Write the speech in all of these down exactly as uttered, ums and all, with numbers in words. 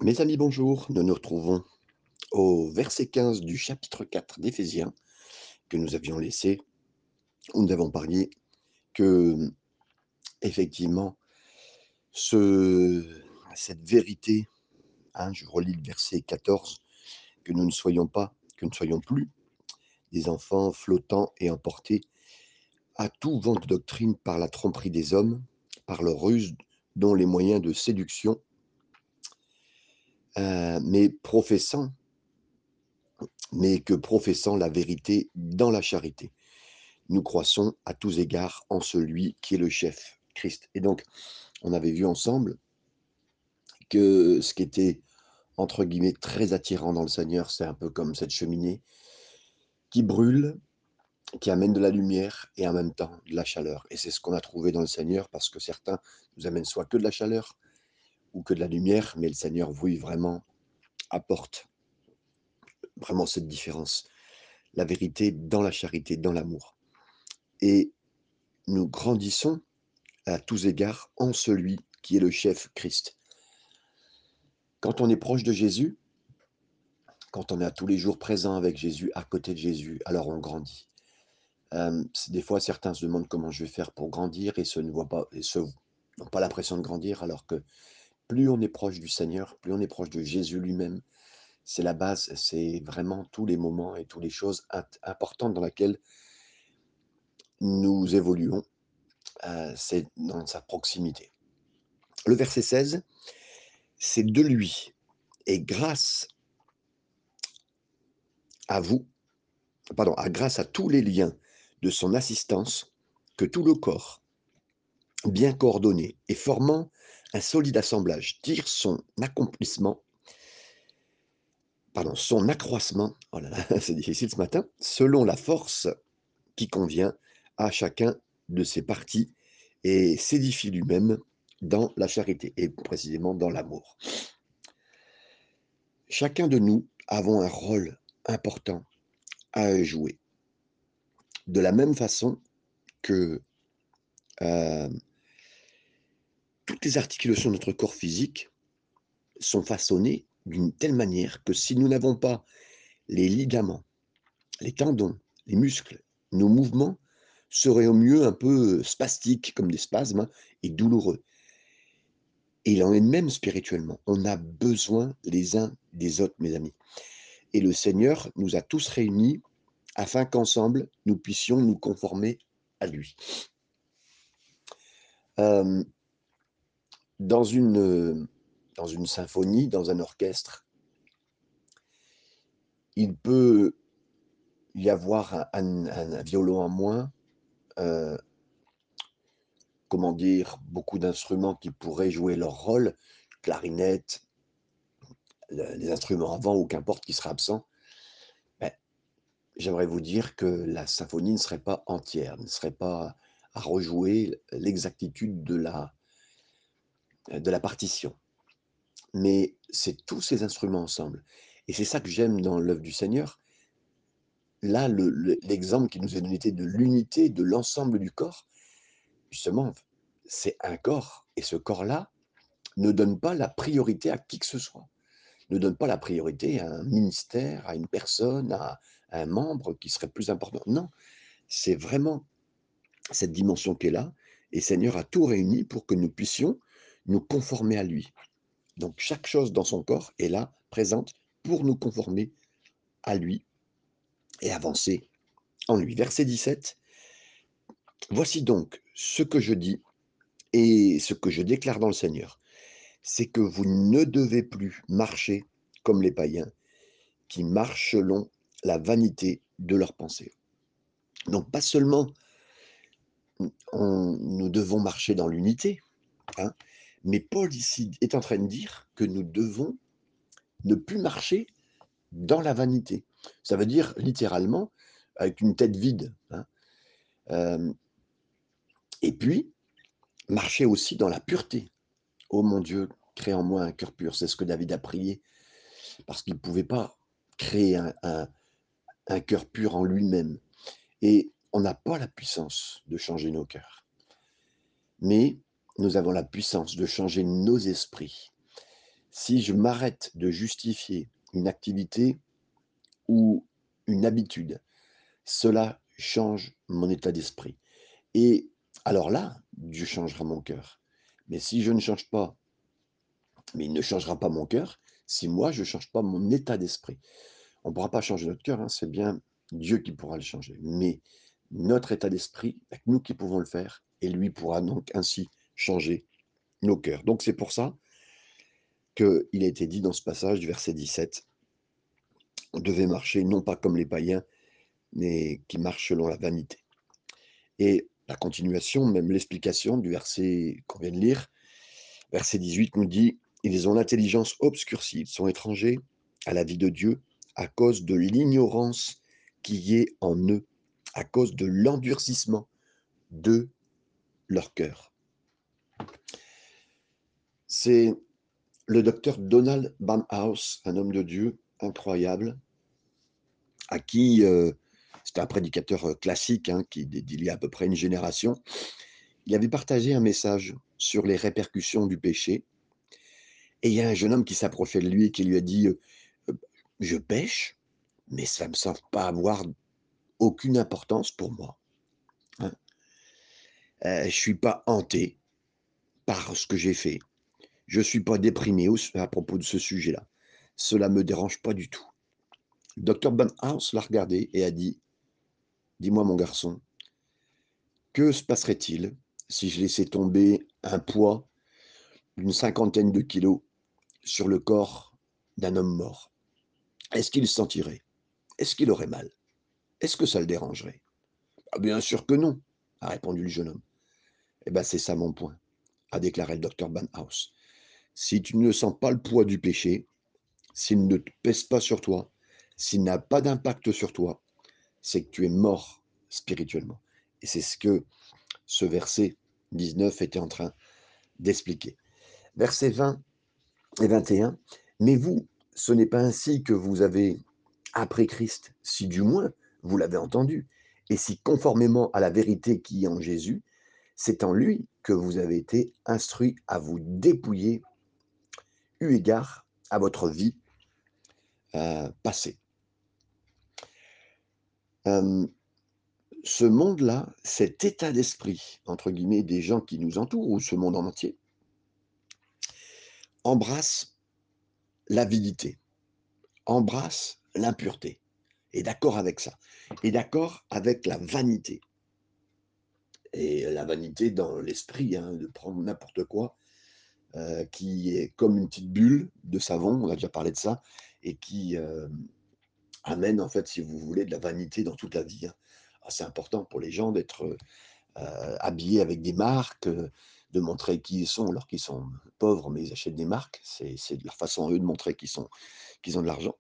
Mes amis, bonjour. Nous nous retrouvons au verset quinze du chapitre quatre d'Éphésiens que nous avions laissé, où nous avons parlé que, effectivement, ce, cette vérité, hein, je relis le verset quatorze, que nous ne soyons pas, que nous ne soyons plus des enfants flottants et emportés à tout vent de doctrine par la tromperie des hommes, par leur ruse, dont les moyens de séduction, euh, mais professant, mais que professant la vérité dans la charité. Nous croissons à tous égards en celui qui est le chef, Christ. Et donc, on avait vu ensemble que ce qui était, entre guillemets, très attirant dans le Seigneur, c'est un peu comme cette cheminée qui brûle, qui amène de la lumière et en même temps de la chaleur. Et c'est ce qu'on a trouvé dans le Seigneur, parce que certains nous amènent soit que de la chaleur ou que de la lumière, mais le Seigneur, oui, vraiment apporte vraiment cette différence. La vérité dans la charité, dans l'amour. Et nous grandissons à tous égards en celui qui est le chef, Christ. Quand on est proche de Jésus, quand on est à tous les jours présent avec Jésus, à côté de Jésus, alors on grandit. Hem, c'est des fois certains se demandent comment je vais faire pour grandir et se ne voient pas et se n'ont pas l'impression de grandir, alors que plus on est proche du Seigneur, plus on est proche de Jésus lui-même, c'est la base, c'est vraiment tous les moments et toutes les choses int importantes dans laquelle nous évoluons, heu, c'est dans sa proximité. Le verset seize, c'est de lui et grâce à vous pardon, à grâce à tous les liens de son assistance, que tout le corps, bien coordonné et formant un solide assemblage, tire son accomplissement, pardon, son accroissement, oh là là, c'est difficile ce matin, selon la force qui convient à chacun de ses parties et s'édifie lui-même dans la charité et précisément dans l'amour. Chacun de nous avons un rôle important à jouer. De la même façon que euh, toutes les articulations de notre corps physique sont façonnées d'une telle manière que si nous n'avons pas les ligaments, les tendons, les muscles, nos mouvements seraient au mieux un peu spastiques, comme des spasmes, hein, et douloureux. Et il en est de même spirituellement. On a besoin les uns des autres, mes amis. Et le Seigneur nous a tous réunis afin qu'ensemble, nous puissions nous conformer à lui. Euh, dans, une, dans une symphonie, dans un orchestre, il peut y avoir un, un, un violon en moins, euh, comment dire, beaucoup d'instruments qui pourraient jouer leur rôle, clarinette, le- les instruments avant ou qu'importe qui sera absent. Ben, j'aimerais vous dire que la symphonie ne serait pas entière, ne serait pas à rejouer l'exactitude de la, de la partition. Mais c'est tous ces instruments ensemble. Et c'est ça que j'aime dans l'œuvre du Seigneur. Là, le- le- l'exemple qui nous est donné était de l'unité de l'ensemble du corps. Justement, c'est un corps. Et ce corps-là ne donne pas la priorité à qui que ce soit. Ne donne pas la priorité à un ministère, à une personne, à, à un membre qui serait plus important. Non, c'est vraiment cette dimension qui est là. Et Seigneur a tout réuni pour que nous puissions nous conformer à lui. Donc chaque chose dans son corps est là, présente, pour nous conformer à lui et avancer en lui. Verset dix-sept. Voici donc ce que je dis et ce que je déclare dans le Seigneur, c'est que vous ne devez plus marcher comme les païens qui marchent selon la vanité de leurs pensées. Donc pas seulement on, nous devons marcher dans l'unité, hein, mais Paul ici est en train de dire que nous devons ne plus marcher dans la vanité. Ça veut dire littéralement avec une tête vide, hein. Euh, et puis, marcher aussi dans la pureté. Oh mon Dieu, crée en moi un cœur pur. C'est ce que David a prié, parce qu'il ne pouvait pas créer un, un, un cœur pur en lui-même. Et on n'a pas la puissance de changer nos cœurs. Mais nous avons la puissance de changer nos esprits. Si je m'arrête de justifier une activité ou une habitude, cela change mon état d'esprit et alors là, Dieu changera mon cœur. Mais si je ne change pas, mais il ne changera pas mon cœur, si moi je ne change pas mon état d'esprit. On ne pourra pas changer notre cœur, hein, c'est bien Dieu qui pourra le changer. Mais notre état d'esprit, il n'y a que nous qui pouvons le faire et lui pourra donc ainsi changer nos cœurs. Donc c'est pour ça qu'il a été dit dans ce passage du verset dix-sept, on devait marcher non pas comme les païens, mais qui marchent selon la vanité. Et la continuation, même l'explication du verset qu'on vient de lire, verset dix-huit nous dit: «Ils ont l'intelligence obscurcie, ils sont étrangers à la vie de Dieu à cause de l'ignorance qui est en eux, à cause de l'endurcissement de leur cœur». C'est le docteur Donald Barnhouse, un homme de Dieu incroyable, à qui, heu, c'était un prédicateur, heu, classique, hein, qui d'il y a à peu près une génération. Il avait partagé un message sur les répercussions du péché et il y a un jeune homme qui s'approchait de lui et qui lui a dit, heu: «Heu, je pêche, mais ça me semble pas avoir aucune importance pour moi, hein. Heu, je suis pas hanté par ce que j'ai fait. Je suis pas déprimé au à propos de ce sujet-là. Cela me dérange pas du tout». Docteur Barnhouse l'a regardé et a dit: «Dis-moi mon garçon, que se passerait-il si je laissais tomber un poids d'une cinquantaine de kilos sur le corps d'un homme mort? Est-ce qu'il se sentirait? Est-ce qu'il aurait mal? Est-ce que ça le dérangerait?» «Ah bien sûr que non», a répondu le jeune homme. «Eh ben, c'est ça mon point», a déclaré le docteur Barnhouse. «Si tu ne sens pas le poids du péché, s'il ne te pèse pas sur toi, s'il n'a pas d'impact sur toi, c'est que tu es mort spirituellement». Et c'est ce que ce verset dix-neuf était en train d'expliquer. Versets vingt et vingt et un: «Mais vous, ce n'est pas ainsi que vous avez appris Christ, si du moins vous l'avez entendu, et si conformément à la vérité qui est en Jésus, c'est en lui que vous avez été instruits à vous dépouiller, eu égard à votre vie euh, passée.» Euh, ce monde-là, cet état d'esprit, entre guillemets, des gens qui nous entourent, ou ce monde en entier, embrasse l'avidité, embrasse l'impureté, est d'accord avec ça, est d'accord avec la vanité. Et la vanité dans l'esprit, hein, de prendre n'importe quoi, heu, qui est comme une petite bulle de savon, on a déjà parlé de ça, et qui, hem, amène en fait, si vous voulez, de la vanité dans toute la vie, hein. Ah, c'est important pour les gens d'être, heu habillés avec des marques, heu, de montrer qui ils sont alors qu'ils sont pauvres, mais ils achètent des marques. C'est c'est leur façon à eux de montrer qu'ils sont qu'ils ont de l'argent.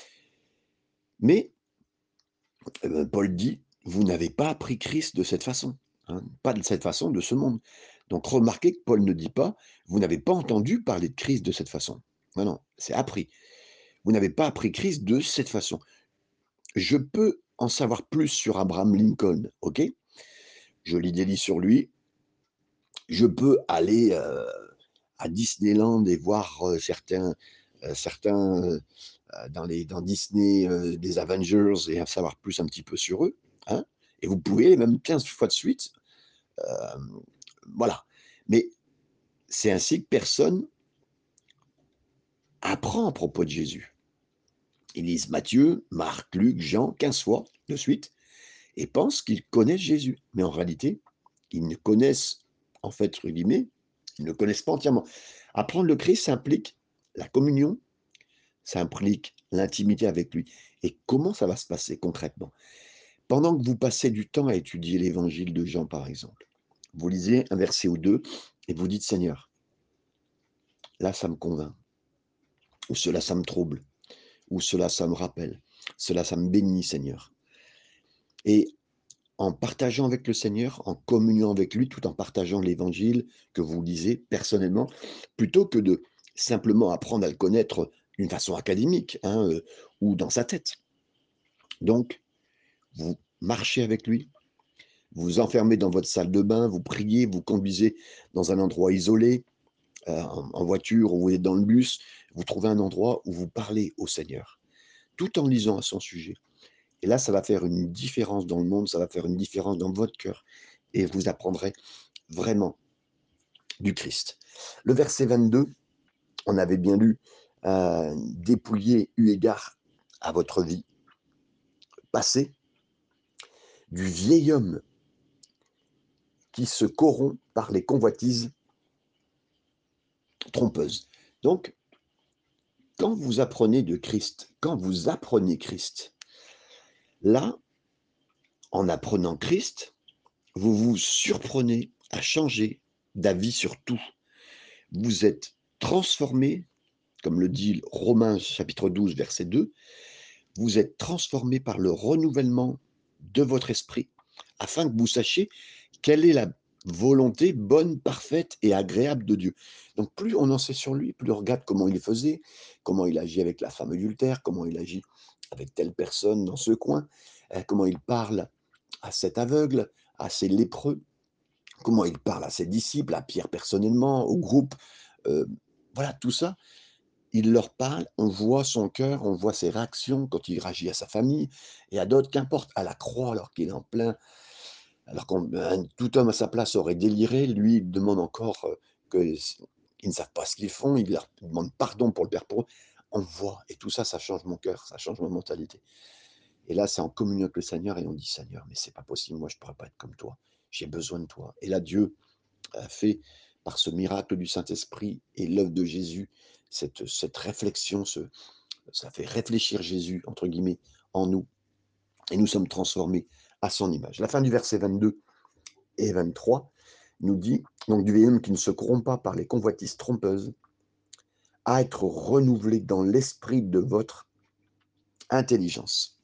Mais, heu, Paul dit: «Vous n'avez pas appris Christ de cette façon, hein, pas de cette façon de ce monde». Donc remarquez que Paul ne dit pas: «Vous n'avez pas entendu parler de Christ de cette façon». Non, non, c'est appris. Vous n'avez pas appris Christ de cette façon. Je peux en savoir plus sur Abraham Lincoln, OK? Je lis des livres sur lui. Je peux aller, heu, à Disneyland et voir, heu, certains, heu, certains, heu heu, dans les dans Disney, heu, des Avengers, et en savoir plus un petit peu sur eux, hein, et vous pouvez même quinze fois de suite, hem, voilà. Mais c'est ainsi que personne apprend à propos de Jésus. Ils lisent Matthieu, Marc, Luc, Jean quinze fois de suite et pensent qu'ils connaissent Jésus. Mais en réalité, ils ne connaissent, en fait, entre guillemets, ils ne connaissent pas entièrement. Apprendre le Christ, ça implique la communion, ça implique l'intimité avec lui. Et comment ça va se passer concrètement? Pendant que vous passez du temps à étudier l'évangile de Jean, par exemple, vous lisez un verset ou deux et vous dites: «Seigneur, là, ça me convainc, ou cela, ça me trouble, ou cela, ça me rappelle, cela, ça me bénit, Seigneur.» Et en partageant avec le Seigneur, en communion avec lui, tout en partageant l'évangile que vous lisez personnellement, plutôt que de simplement apprendre à le connaître d'une façon académique, hein, heu, ou dans sa tête. Donc, vous marchez avec lui, vous vous enfermez dans votre salle de bain, vous priez, vous conduisez dans un endroit isolé, heu, en en voiture ou vous êtes dans le bus, vous trouvez un endroit où vous parlez au Seigneur, tout en lisant à son sujet. Et là, ça va faire une différence dans le monde, ça va faire une différence dans votre cœur et vous apprendrez vraiment du Christ. Le verset vingt-deux, on avait bien lu, heu, dépouillé eu égard à votre vie passée, du vieil homme qui se corrompt par les convoitises trompeuses. Donc, quand vous apprenez de Christ, quand vous apprenez Christ, là, en apprenant Christ, vous vous surprenez à changer d'avis sur tout. Vous êtes transformés, comme le dit Romains chapitre douze, verset deux, vous êtes transformés par le renouvellement de votre esprit, afin que vous sachiez quelle est la volonté bonne, parfaite et agréable de Dieu. Donc plus on en sait sur lui, plus on regarde comment il faisait, comment il agit avec la femme adultère, comment il agit avec telle personne dans ce coin, euh, comment il parle à cet aveugle, à ces lépreux, comment il parle à ses disciples, à Pierre personnellement, au groupe. euh, voilà, tout ça, il leur parle, on voit son cœur, on voit ses réactions quand il réagit à sa famille et à d'autres, qu'importe, à la croix alors qu'il est en plein, alors qu'un tout homme à sa place aurait déliré, lui il demande encore euh, que s- ils ne savent pas ce qu'ils font, il leur demande pardon pour le père pour eux. On voit, et tout ça, ça change mon cœur, ça change ma mentalité. Et là, c'est en communion avec le Seigneur et on dit Seigneur, mais c'est pas possible, moi je pourrais pas être comme toi, j'ai besoin de toi. Et là, Dieu a fait par ce miracle du Saint-Esprit et l'œuvre de Jésus, cette, cette réflexion, ce, ça fait réfléchir Jésus, entre guillemets, en nous, et nous sommes transformés à son image. La fin du verset vingt-deux et vingt-trois nous dit, donc du vieil homme qui ne se corrompt pas par les convoitises trompeuses, à être renouvelé dans l'esprit de votre intelligence.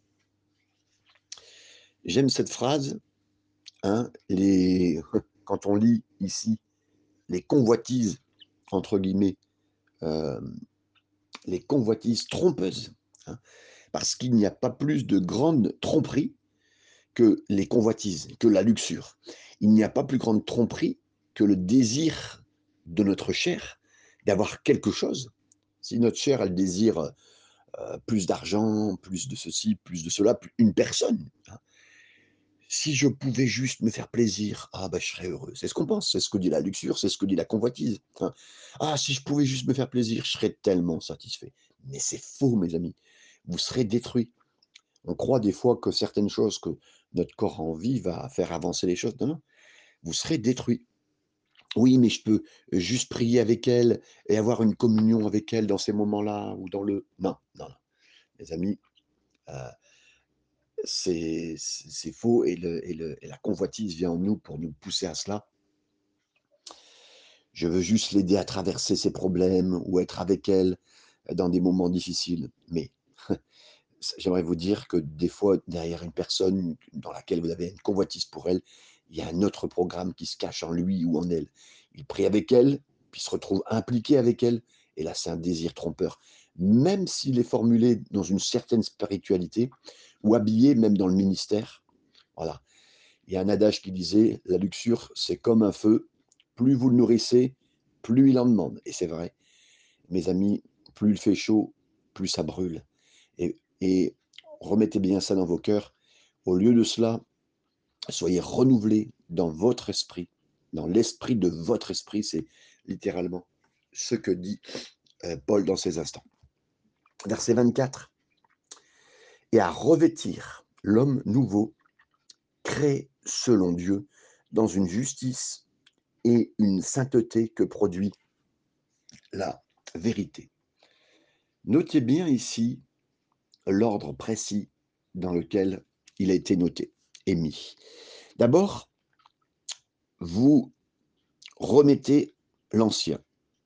J'aime cette phrase, hein, les, quand on lit ici les convoitises, entre guillemets, euh, les convoitises trompeuses, hein, parce qu'il n'y a pas plus de grande tromperie que les convoitises, que la luxure. Il n'y a pas plus grande tromperie que le désir de notre chair d'avoir quelque chose. Si notre chair, elle désire euh, plus d'argent, plus de ceci, plus de cela, une personne, hein. Si je pouvais juste me faire plaisir, ah ben je serais heureux. C'est ce qu'on pense, c'est ce que dit la luxure, c'est ce que dit la convoitise, hein. Ah, si je pouvais juste me faire plaisir, je serais tellement satisfait. Mais c'est faux, mes amis. Vous serez détruits. On croit des fois que certaines choses que notre corps a envie va faire avancer les choses. Non, non, vous serez détruits. Oui, mais je peux juste prier avec elle et avoir une communion avec elle dans ces moments-là ou dans le... Non, non, non. Les amis, euh, c'est c'est faux et, le, et, le, et la convoitise vient en nous pour nous pousser à cela. Je veux juste l'aider à traverser ses problèmes ou être avec elle dans des moments difficiles. Mais j'aimerais vous dire que des fois, derrière une personne dans laquelle vous avez une convoitise pour elle, il y a un autre programme qui se cache en lui ou en elle. Il prie avec elle, puis se retrouve impliqué avec elle, et là, c'est un désir trompeur. Même s'il est formulé dans une certaine spiritualité, ou habillé même dans le ministère, voilà. Il y a un adage qui disait, la luxure, c'est comme un feu, plus vous le nourrissez, plus il en demande. Et c'est vrai, mes amis, plus il fait chaud, plus ça brûle. Et, et remettez bien ça dans vos cœurs. Au lieu de cela, soyez renouvelés dans votre esprit, dans l'esprit de votre esprit. C'est littéralement ce que dit euh, Paul dans ces instants. Verset vingt-quatre. Et à revêtir l'homme nouveau, créé selon Dieu, dans une justice et une sainteté que produit la vérité. Notez bien ici l'ordre précis dans lequel il a été noté et mis. D'abord, vous remettez l'ancien.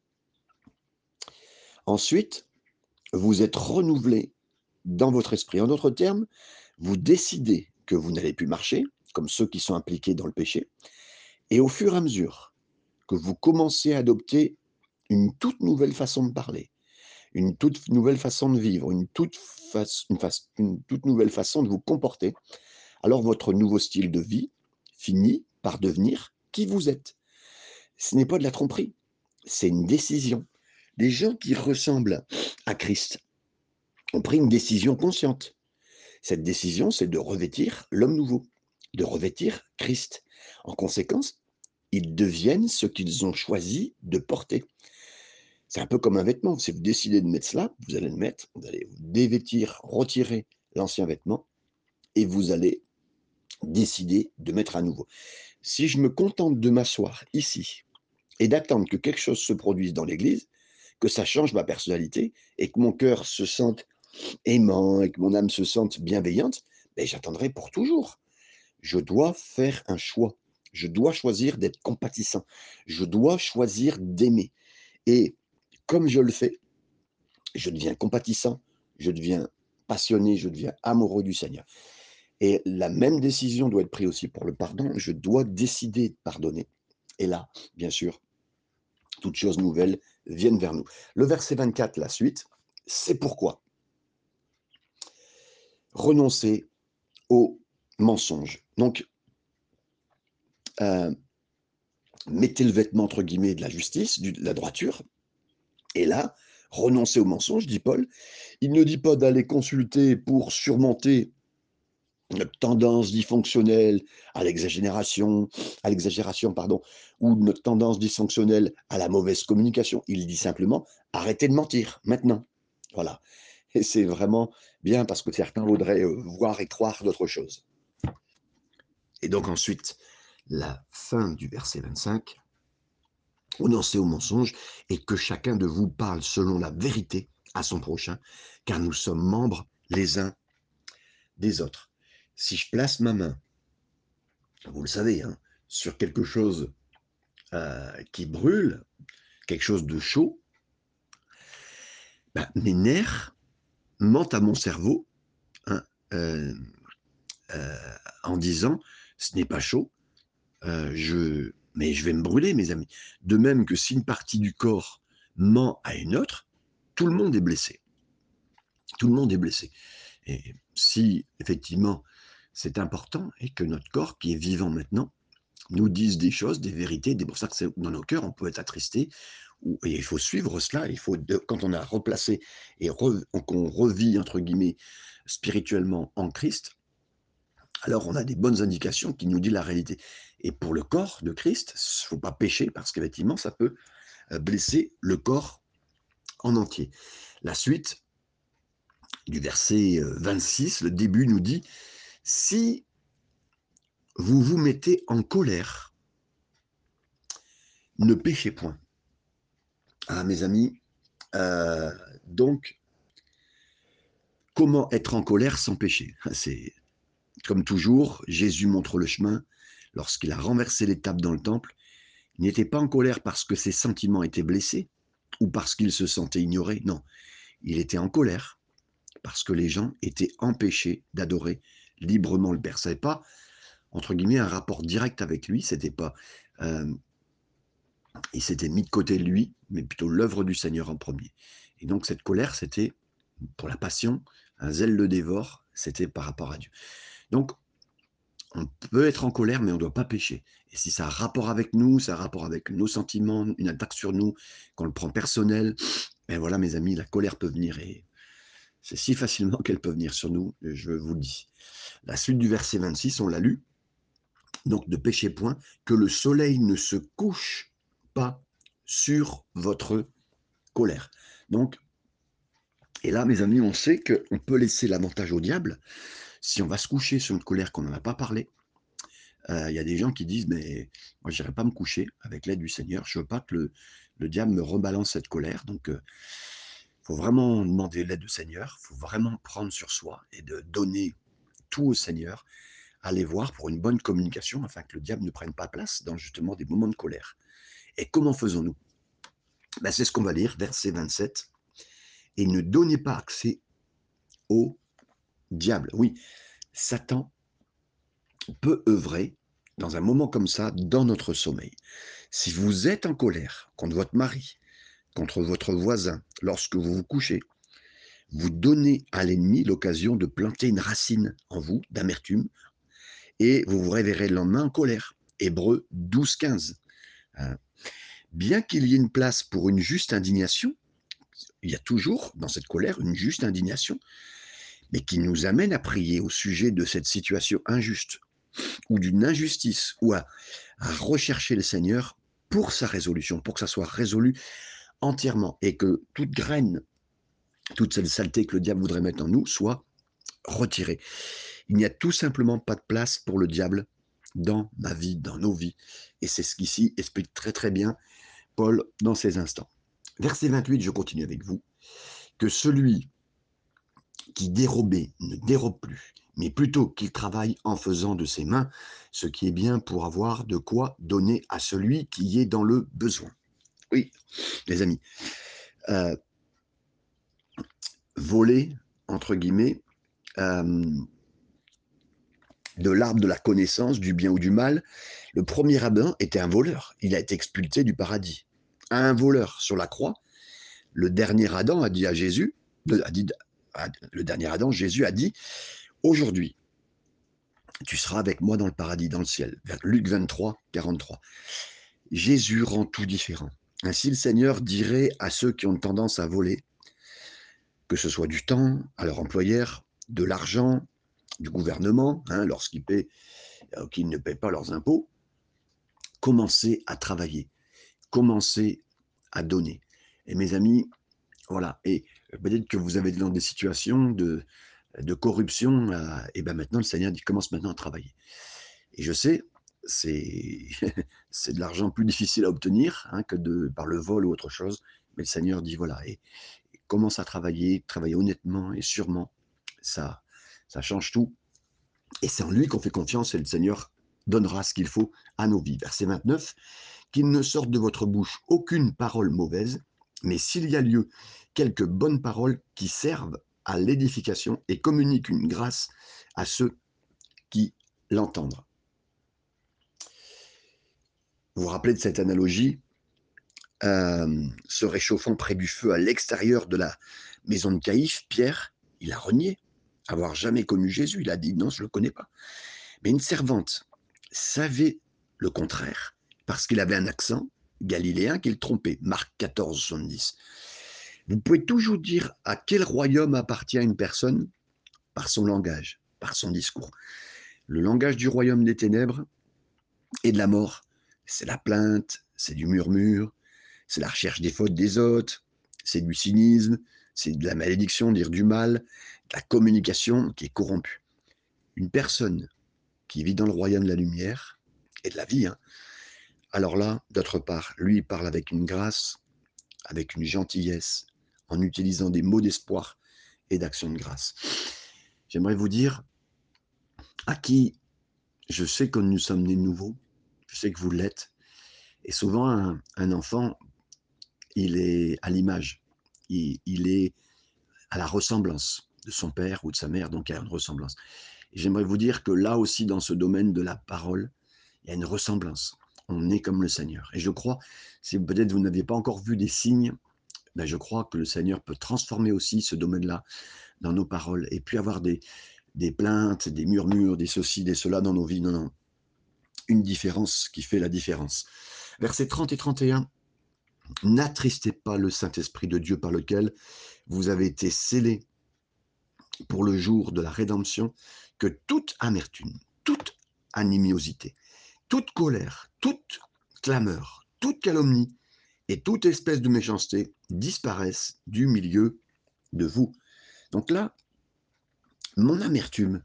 Ensuite, vous êtes renouvelé dans votre esprit. En d'autres termes, vous décidez que vous n'allez plus marcher, comme ceux qui sont impliqués dans le péché, et au fur et à mesure que vous commencez à adopter une toute nouvelle façon de parler, une toute nouvelle façon de vivre, une toute, fa une, fa une toute nouvelle façon de vous comporter, alors votre nouveau style de vie finit par devenir qui vous êtes. Ce n'est pas de la tromperie, c'est une décision. Les gens qui ressemblent à Christ ont pris une décision consciente. Cette décision, c'est de revêtir l'homme nouveau, de revêtir Christ. En conséquence, ils deviennent ce qu'ils ont choisi de porter. C'est un peu comme un vêtement. Si vous décidez de mettre cela, vous allez le mettre, vous allez vous dévêtir, retirer l'ancien vêtement et vous allez décider de mettre à nouveau. Si je me contente de m'asseoir ici et d'attendre que quelque chose se produise dans l'église, que ça change ma personnalité et que mon cœur se sente aimant et que mon âme se sente bienveillante, ben j'attendrai pour toujours. Je dois faire un choix. Je dois choisir d'être compatissant. Je dois choisir d'aimer. Et comme je le fais, je deviens compatissant, je deviens passionné, je deviens amoureux du Seigneur. Et la même décision doit être prise aussi pour le pardon. Je dois décider de pardonner. Et là, bien sûr, toutes choses nouvelles viennent vers nous. Le verset vingt-quatre, la suite, c'est pourquoi renoncer au mensonge. Donc, euh, mettez le vêtement, entre guillemets, de la justice, du- de la droiture, et là, renoncer au mensonge, dit Paul. Il ne dit pas d'aller consulter pour surmonter notre tendance dysfonctionnelle à l'exagération, à l'exagération, pardon, ou notre tendance dysfonctionnelle à la mauvaise communication. Il dit simplement arrêtez de mentir maintenant. Voilà. Et c'est vraiment bien parce que certains voudraient euh, voir et croire d'autres choses. Et donc ensuite, la fin du verset vingt-cinq, renoncez au mensonge et que chacun de vous parle selon la vérité à son prochain, car nous sommes membres les uns des autres. Si je place ma main, vous le savez, hein, sur quelque chose euh, qui brûle, quelque chose de chaud, ben, mes nerfs mentent à mon cerveau, hein, euh, euh, en disant ce n'est pas chaud, euh, je, mais je vais me brûler, mes amis. De même que si une partie du corps ment à une autre, tout le monde est blessé. Tout le monde est blessé. Et si effectivement c'est important et que notre corps, qui est vivant maintenant, nous dise des choses, des vérités, c'est pour ça que c'est dans nos cœurs, on peut être attristé, ou, et il faut suivre cela, il faut, de, quand on a replacé et re, qu'on revit, entre guillemets, spirituellement en Christ, alors on a des bonnes indications qui nous disent la réalité. Et pour le corps de Christ, il ne faut pas pécher, parce qu'effectivement, ça peut blesser le corps en entier. La suite du verset vingt-six, le début nous dit, si vous vous mettez en colère, ne péchez point. Ah, mes amis, euh, donc, comment être en colère sans pécher? C'est comme toujours, Jésus montre le chemin. Lorsqu'il a renversé les tables dans le temple, il n'était pas en colère parce que ses sentiments étaient blessés ou parce qu'il se sentait ignoré. Non, il était en colère parce que les gens étaient empêchés d'adorer librement le Père. Ça n'avait pas, entre guillemets, un rapport direct avec lui. C'était pas, euh, il s'était mis de côté lui, mais plutôt l'œuvre du Seigneur en premier. Et donc cette colère, c'était pour la passion, un zèle le dévore, c'était par rapport à Dieu. Donc on peut être en colère, mais on ne doit pas pécher. Et si ça a rapport avec nous, ça a rapport avec nos sentiments, une attaque sur nous, qu'on le prend personnel, ben voilà, mes amis, la colère peut venir et c'est si facilement qu'elle peut venir sur nous, je vous le dis. La suite du verset vingt-six, on l'a lu. Donc, ne péchez point, que le soleil ne se couche pas sur votre colère. Donc, et là, mes amis, on sait qu'on peut laisser l'avantage au diable si on va se coucher sur une colère qu'on n'en a pas parlé. Il euh, y a des gens qui disent, mais moi, je n'irai pas me coucher avec l'aide du Seigneur. Je ne veux pas que le, le diable me rebalance cette colère. Donc, il euh, faut vraiment demander l'aide du Seigneur. Il faut vraiment prendre sur soi et de donner tout au Seigneur. Aller voir pour une bonne communication afin que le diable ne prenne pas place dans justement des moments de colère. Et comment faisons-nous? Ben, c'est ce qu'on va lire, verset vingt-sept. Et ne donnez pas accès au diable. Oui, Satan peut œuvrer dans un moment comme ça dans notre sommeil. Si vous êtes en colère contre votre mari, contre votre voisin, lorsque vous vous couchez, vous donnez à l'ennemi l'occasion de planter une racine en vous d'amertume et vous vous réveillerez le lendemain en colère. Hébreux douze quinze. Hein. bien qu'il y ait une place pour une juste indignation, il y a toujours dans cette colère une juste indignation, mais qui nous amène à prier au sujet de cette situation injuste ou d'une injustice ou à, à rechercher le Seigneur pour sa résolution, pour que ça soit résolu entièrement et que toute graine, toute cette saleté que le diable voudrait mettre en nous soit retirée. Il n'y a tout simplement pas de place pour le diable dans ma vie, dans nos vies. Et c'est ce qu'ici explique très très bien Paul dans ces instants. Verset vingt-huit, je continue avec vous. Que celui qui dérobait ne dérobe plus, mais plutôt qu'il travaille en faisant de ses mains ce qui est bien pour avoir de quoi donner à celui qui est dans le besoin. Oui, les amis, euh, voler, entre guillemets, euh, de l'arbre de la connaissance du bien ou du mal, le premier Adam était un voleur. Il a été expulsé du paradis. Un voleur sur la croix, le dernier Adam a dit à Jésus, a dit, le dernier Adam, Jésus a dit, aujourd'hui, tu seras avec moi dans le paradis, dans le ciel. Vers Luc vingt-trois, quarante-trois. Jésus rend tout différent. Ainsi, le Seigneur dirait à ceux qui ont tendance à voler, que ce soit du temps à leur employeur, de l'argent, du gouvernement, hein, lorsqu'ils paient, euh, qu'ils ne paient pas leurs impôts, commencez à travailler, commencez à donner. Et mes amis, voilà. Et peut-être que vous avez dans des situations de, de corruption, euh, et ben maintenant le Seigneur dit commence maintenant à travailler. Et je sais, c'est c'est de l'argent plus difficile à obtenir hein, que de par le vol ou autre chose, mais le Seigneur dit voilà, et, et commence à travailler, travailler honnêtement et sûrement, ça, ça change tout. Et c'est en lui qu'on fait confiance et le Seigneur donnera ce qu'il faut à nos vies. Verset vingt-neuf, qu'il ne sorte de votre bouche aucune parole mauvaise, mais s'il y a lieu, quelques bonnes paroles qui servent à l'édification et communiquent une grâce à ceux qui l'entendent. Vous vous rappelez de cette analogie, euh, se réchauffant près du feu à l'extérieur de la maison de Caïphe, Pierre, il a renié avoir jamais connu Jésus. Il a dit non, je ne le connais pas. Mais une servante savait le contraire, parce qu'il avait un accent galiléen qu'il trompait. Marc quatorze, soixante-dix. Vous pouvez toujours dire à quel royaume appartient une personne par son langage, par son discours. Le langage du royaume des ténèbres et de la mort, c'est la plainte, c'est du murmure, c'est la recherche des fautes des autres, c'est du cynisme, c'est de la malédiction, dire du mal, de la communication qui est corrompue. Une personne qui vit dans le royaume de la lumière et de la vie, hein, alors là, d'autre part, lui, il parle avec une grâce, avec une gentillesse, en utilisant des mots d'espoir et d'action de grâce. J'aimerais vous dire, à qui je sais que nous sommes nés nouveaux, je sais que vous l'êtes, et souvent un, un enfant, il est à l'image, il, il est à la ressemblance de son père ou de sa mère, donc il y a une ressemblance. Et j'aimerais vous dire que là aussi, dans ce domaine de la parole, il y a une ressemblance. On est comme le Seigneur. Et je crois, si peut-être vous n'aviez pas encore vu des signes, ben je crois que le Seigneur peut transformer aussi ce domaine-là dans nos paroles et puis avoir des, des plaintes, des murmures, des ceci, des cela dans nos vies. Non, non. Une différence qui fait la différence. Versets trente et trente et un. N'attristez pas le Saint-Esprit de Dieu par lequel vous avez été scellés pour le jour de la rédemption, que toute amertume, toute animosité, toute colère, toute clameur, toute calomnie et toute espèce de méchanceté disparaissent du milieu de vous. Donc là, mon amertume,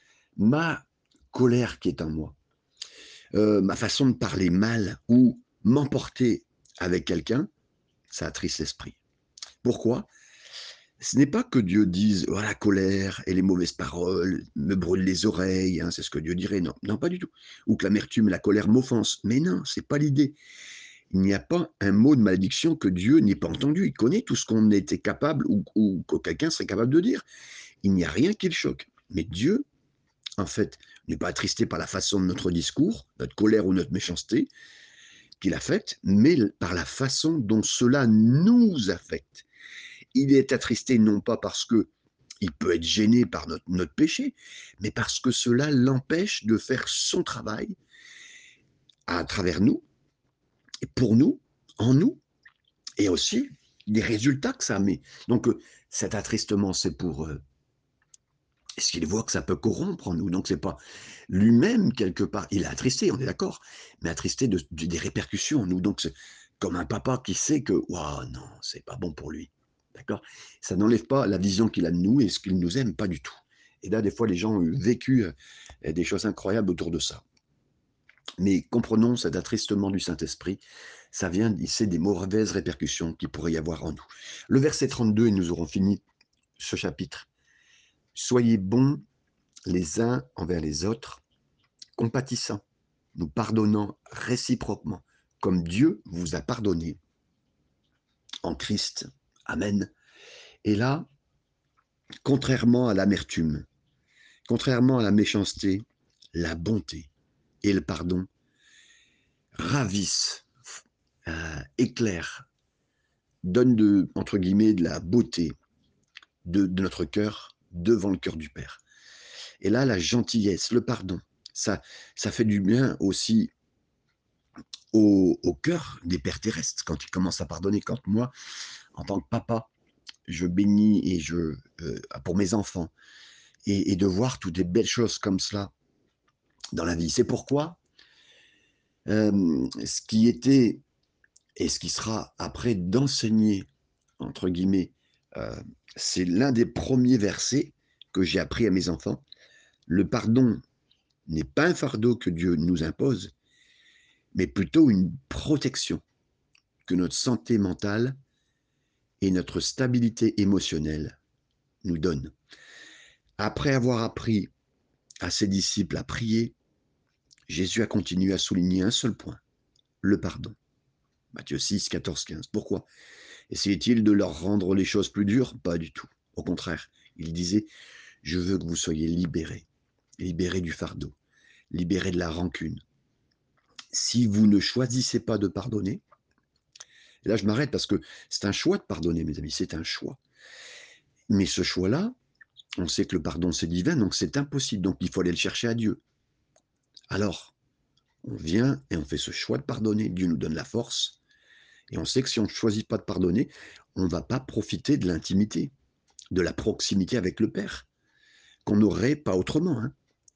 ma colère qui est en moi, euh, ma façon de parler mal ou m'emporter avec quelqu'un, ça attriste l'esprit. Pourquoi? Ce n'est pas que Dieu dise oh, la colère et les mauvaises paroles me brûlent les oreilles, hein, c'est ce que Dieu dirait. Non, non, pas du tout. Ou que l'amertume et la colère m'offensent. Mais non, c'est pas l'idée. Il n'y a pas un mot de malédiction que Dieu n'ait pas entendu. Il connaît tout ce qu'on était capable ou, ou que quelqu'un serait capable de dire. Il n'y a rien qui le choque. Mais Dieu, en fait, n'est pas attristé par la façon de notre discours, notre colère ou notre méchanceté qu'il affecte, mais par la façon dont cela nous affecte. Il est attristé non pas parce que il peut être gêné par notre, notre péché, mais parce que cela l'empêche de faire son travail à travers nous, et pour nous, en nous et aussi des résultats que ça met. Donc, heu, cet attristement, c'est pour, heu est-ce qu'il voit que ça peut corrompre en nous? Donc c'est pas lui-même quelque part il est attristé, on est d'accord, mais attristé de de des répercussions en nous. Donc c'est comme un papa qui sait que: «Waouh, non, c'est pas bon pour lui». D'accord? Ça n'enlève pas la vision qu'il a de nous et ce qu'il nous aime, pas du tout. Et là, des fois, les gens ont vécu, heu, des choses incroyables autour de ça. Mais comprenons cet attristement du Saint-Esprit, ça vient c'est des mauvaises répercussions qu'il pourrait y avoir en nous. Le verset trente-deux et nous aurons fini ce chapitre. «Soyez bons les uns envers les autres, compatissants, nous pardonnant réciproquement, comme Dieu vous a pardonné en Christ. Amen. Et là, contrairement à l'amertume, contrairement à la méchanceté, la bonté et le pardon ravissent, euh, éclairent, donnent de, entre guillemets, de la beauté de, de notre cœur devant le cœur du Père. Et là, la gentillesse, le pardon, ça, ça fait du bien aussi au, au cœur des pères terrestres quand ils commencent à pardonner. Quand moi, en tant que papa, je bénis et je euh, pour mes enfants et, et de voir toutes des belles choses comme cela dans la vie. C'est pourquoi euh, ce qui était et ce qui sera après d'enseigner entre guillemets, euh, c'est l'un des premiers versets que j'ai appris à mes enfants. Le pardon n'est pas un fardeau que Dieu nous impose, mais plutôt une protection que notre santé mentale et notre stabilité émotionnelle nous donnent. Après avoir appris à ses disciples à prier, Jésus a continué à souligner un seul point, le pardon. Matthieu six, quatorze, quinze. Pourquoi? Essayait-il de leur rendre les choses plus dures? Pas du tout. Au contraire, il disait, je veux que vous soyez libérés, libérés du fardeau, libérés de la rancune. Si vous ne choisissez pas de pardonner, et là je m'arrête parce que c'est un choix de pardonner, mes amis, c'est un choix. Mais ce choix-là, on sait que le pardon c'est divin, donc c'est impossible, donc il faut aller le chercher à Dieu. Alors, on vient et on fait ce choix de pardonner, Dieu nous donne la force, et on sait que si on ne choisit pas de pardonner, on ne va pas profiter de l'intimité, de la proximité avec le Père, qu'on n'aurait pas autrement. Hein.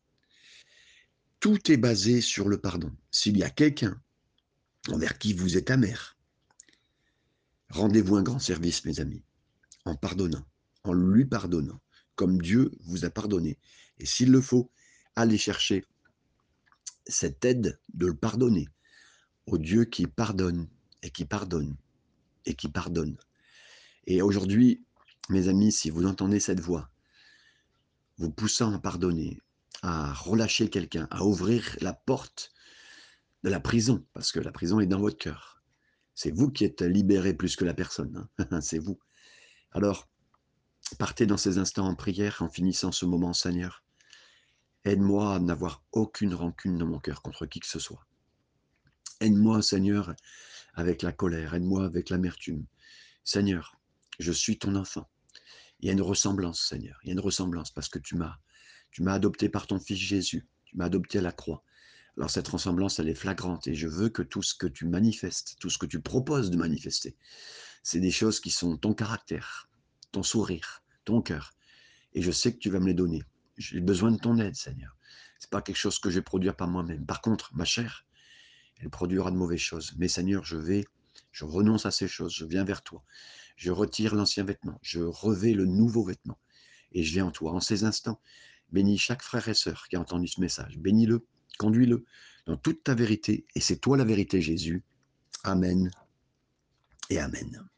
Tout est basé sur le pardon. S'il y a quelqu'un envers qui vous êtes amer, rendez-vous un grand service, mes amis, en pardonnant, en lui pardonnant, comme Dieu vous a pardonné. Et s'il le faut, allez chercher cette aide de le pardonner au Dieu qui pardonne et qui pardonne et qui pardonne. Et aujourd'hui, mes amis, si vous entendez cette voix, vous poussant à pardonner, à relâcher quelqu'un, à ouvrir la porte de la prison, parce que la prison est dans votre cœur. C'est vous qui êtes libéré plus que la personne, hein. C'est vous. Alors, partez dans ces instants en prière en finissant ce moment, Seigneur. Aide-moi à n'avoir aucune rancune dans mon cœur contre qui que ce soit. Aide-moi, Seigneur, avec la colère. Aide-moi avec l'amertume. Seigneur, je suis ton enfant. Il y a une ressemblance, Seigneur. Il y a une ressemblance parce que tu m'as, tu m'as adopté par ton Fils Jésus. Tu m'as adopté à la croix. Alors cette ressemblance, elle est flagrante et je veux que tout ce que tu manifestes, tout ce que tu proposes de manifester, c'est des choses qui sont ton caractère, ton sourire, ton cœur. Et je sais que tu vas me les donner. J'ai besoin de ton aide, Seigneur. C'est pas quelque chose que je vais produire par moi-même. Par contre, ma chair, elle produira de mauvaises choses. Mais Seigneur, je vais, je renonce à ces choses. Je viens vers toi. Je retire l'ancien vêtement. Je revais le nouveau vêtement. Et je viens en toi. En ces instants, bénis chaque frère et sœur qui a entendu ce message. Bénis-le, conduis-le dans toute ta vérité. Et c'est toi la vérité, Jésus. Amen et amen.